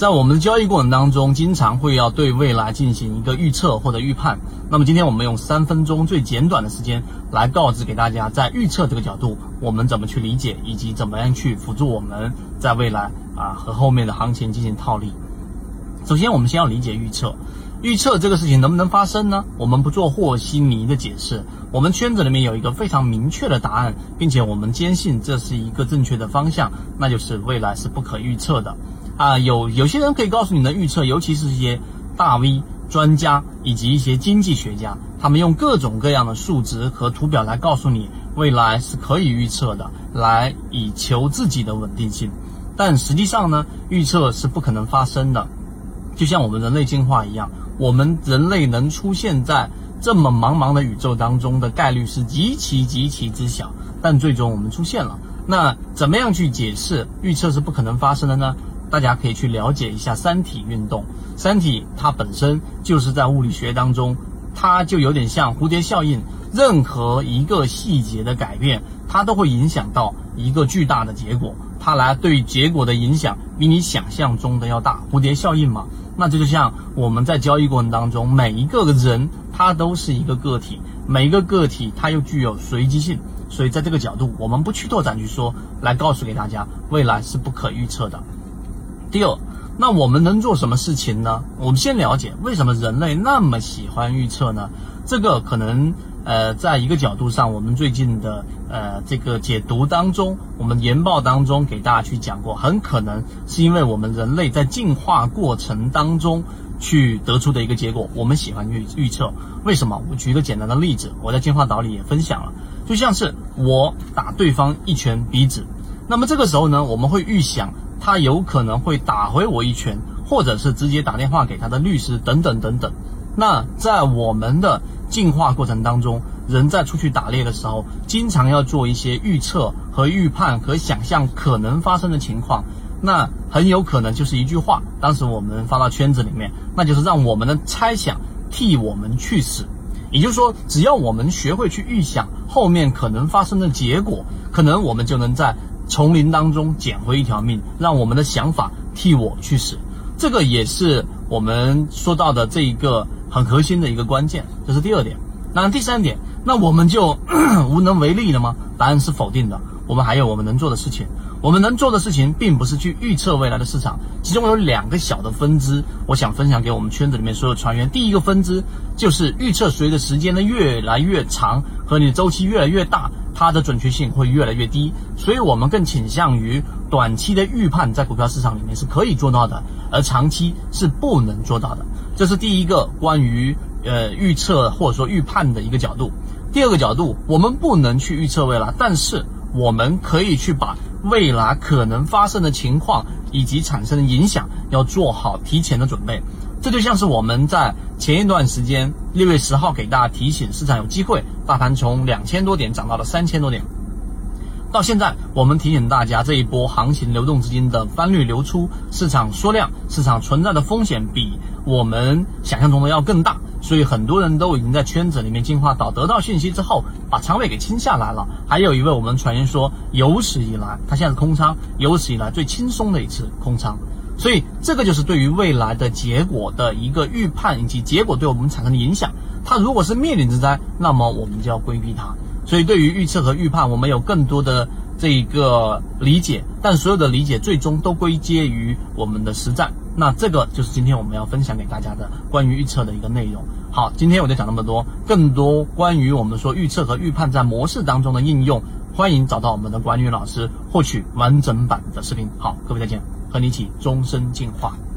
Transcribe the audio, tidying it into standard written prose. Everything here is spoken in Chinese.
在我们的交易过程当中，经常会要对未来进行一个预测或者预判。那么今天我们用3分钟最简短的时间来告知给大家，在预测这个角度，我们怎么去理解，以及怎么样去辅助我们在未来和后面的行情进行套利。首先，我们先要理解预测。预测这个事情能不能发生呢？我们不做和稀泥的解释，我们圈子里面有一个非常明确的答案，并且我们坚信这是一个正确的方向，那就是未来是不可预测的。有些人可以告诉你的预测，尤其是一些大 V 专家以及一些经济学家，他们用各种各样的数值和图表来告诉你未来是可以预测的，来以求自己的稳定性。但实际上呢，预测是不可能发生的。就像我们人类进化一样，我们人类能出现在这么茫茫的宇宙当中的概率是极其之小，但最终我们出现了。那怎么样去解释预测是不可能发生的呢？大家可以去了解一下三体运动。三体它本身就是在物理学当中，它就有点像蝴蝶效应，任何一个细节的改变，它都会影响到一个巨大的结果，它来对结果的影响比你想象中的要大。蝴蝶效应嘛，那这就像我们在交易过程当中，每一个人他都是一个个体，每一个个体它又具有随机性，所以在这个角度我们不去拓展去说，来告诉给大家未来是不可预测的。第二，那我们能做什么事情呢？我们先了解为什么人类那么喜欢预测呢？这个可能在一个角度上，我们最近的这个解读当中，我们研报当中给大家去讲过，很可能是因为我们人类在进化过程当中去得出的一个结果，我们喜欢预测。为什么？我举一个简单的例子，我在进化岛里也分享了，就像是我打对方一拳鼻子，那么这个时候呢，我们会预想他有可能会打回我一拳，或者是直接打电话给他的律师等等等等。那在我们的进化过程当中，人在出去打猎的时候，经常要做一些预测和预判和想象可能发生的情况。那很有可能就是一句话，当时我们发到圈子里面，那就是让我们的猜想替我们去死。也就是说，只要我们学会去预想后面可能发生的结果，可能我们就能在丛林当中捡回一条命，让我们的想法替我去死。这个也是我们说到的这一个很核心的一个关键，这是第二点。那第三点，那我们就无能为力了吗？答案是否定的。我们还有我们能做的事情。我们能做的事情并不是去预测未来的市场，其中有2个小的分支，我想分享给我们圈子里面所有船员。第一个分支就是预测随着时间的越来越长和你的周期越来越大，它的准确性会越来越低，所以我们更倾向于短期的预判在股票市场里面是可以做到的，而长期是不能做到的。这是第一个关于预测或者说预判的一个角度。第二个角度，我们不能去预测未来，但是我们可以去把未来可能发生的情况以及产生的影响要做好提前的准备。这就像是我们在前一段时间6月10号给大家提醒市场有机会，大盘从2000多点涨到了3000多点，到现在我们提醒大家这一波行情流动资金的翻绿流出，市场缩量，市场存在的风险比我们想象中的要更大，所以很多人都已经在圈子里面进化岛得到讯息之后把仓位给清下来了。还有一位我们传言说有史以来，他现在是空仓，有史以来最轻松的一次空仓。所以这个就是对于未来的结果的一个预判以及结果对我们产生的影响。它如果是灭顶之灾，那么我们就要规避它。所以对于预测和预判，我们有更多的这个理解，但所有的理解最终都归结于我们的实战。那这个就是今天我们要分享给大家的关于预测的一个内容。好，今天我就讲那么多，更多关于我们说预测和预判在模式当中的应用，欢迎找到我们的管理员老师获取完整版的视频。好，各位再见，和你一起终身进化。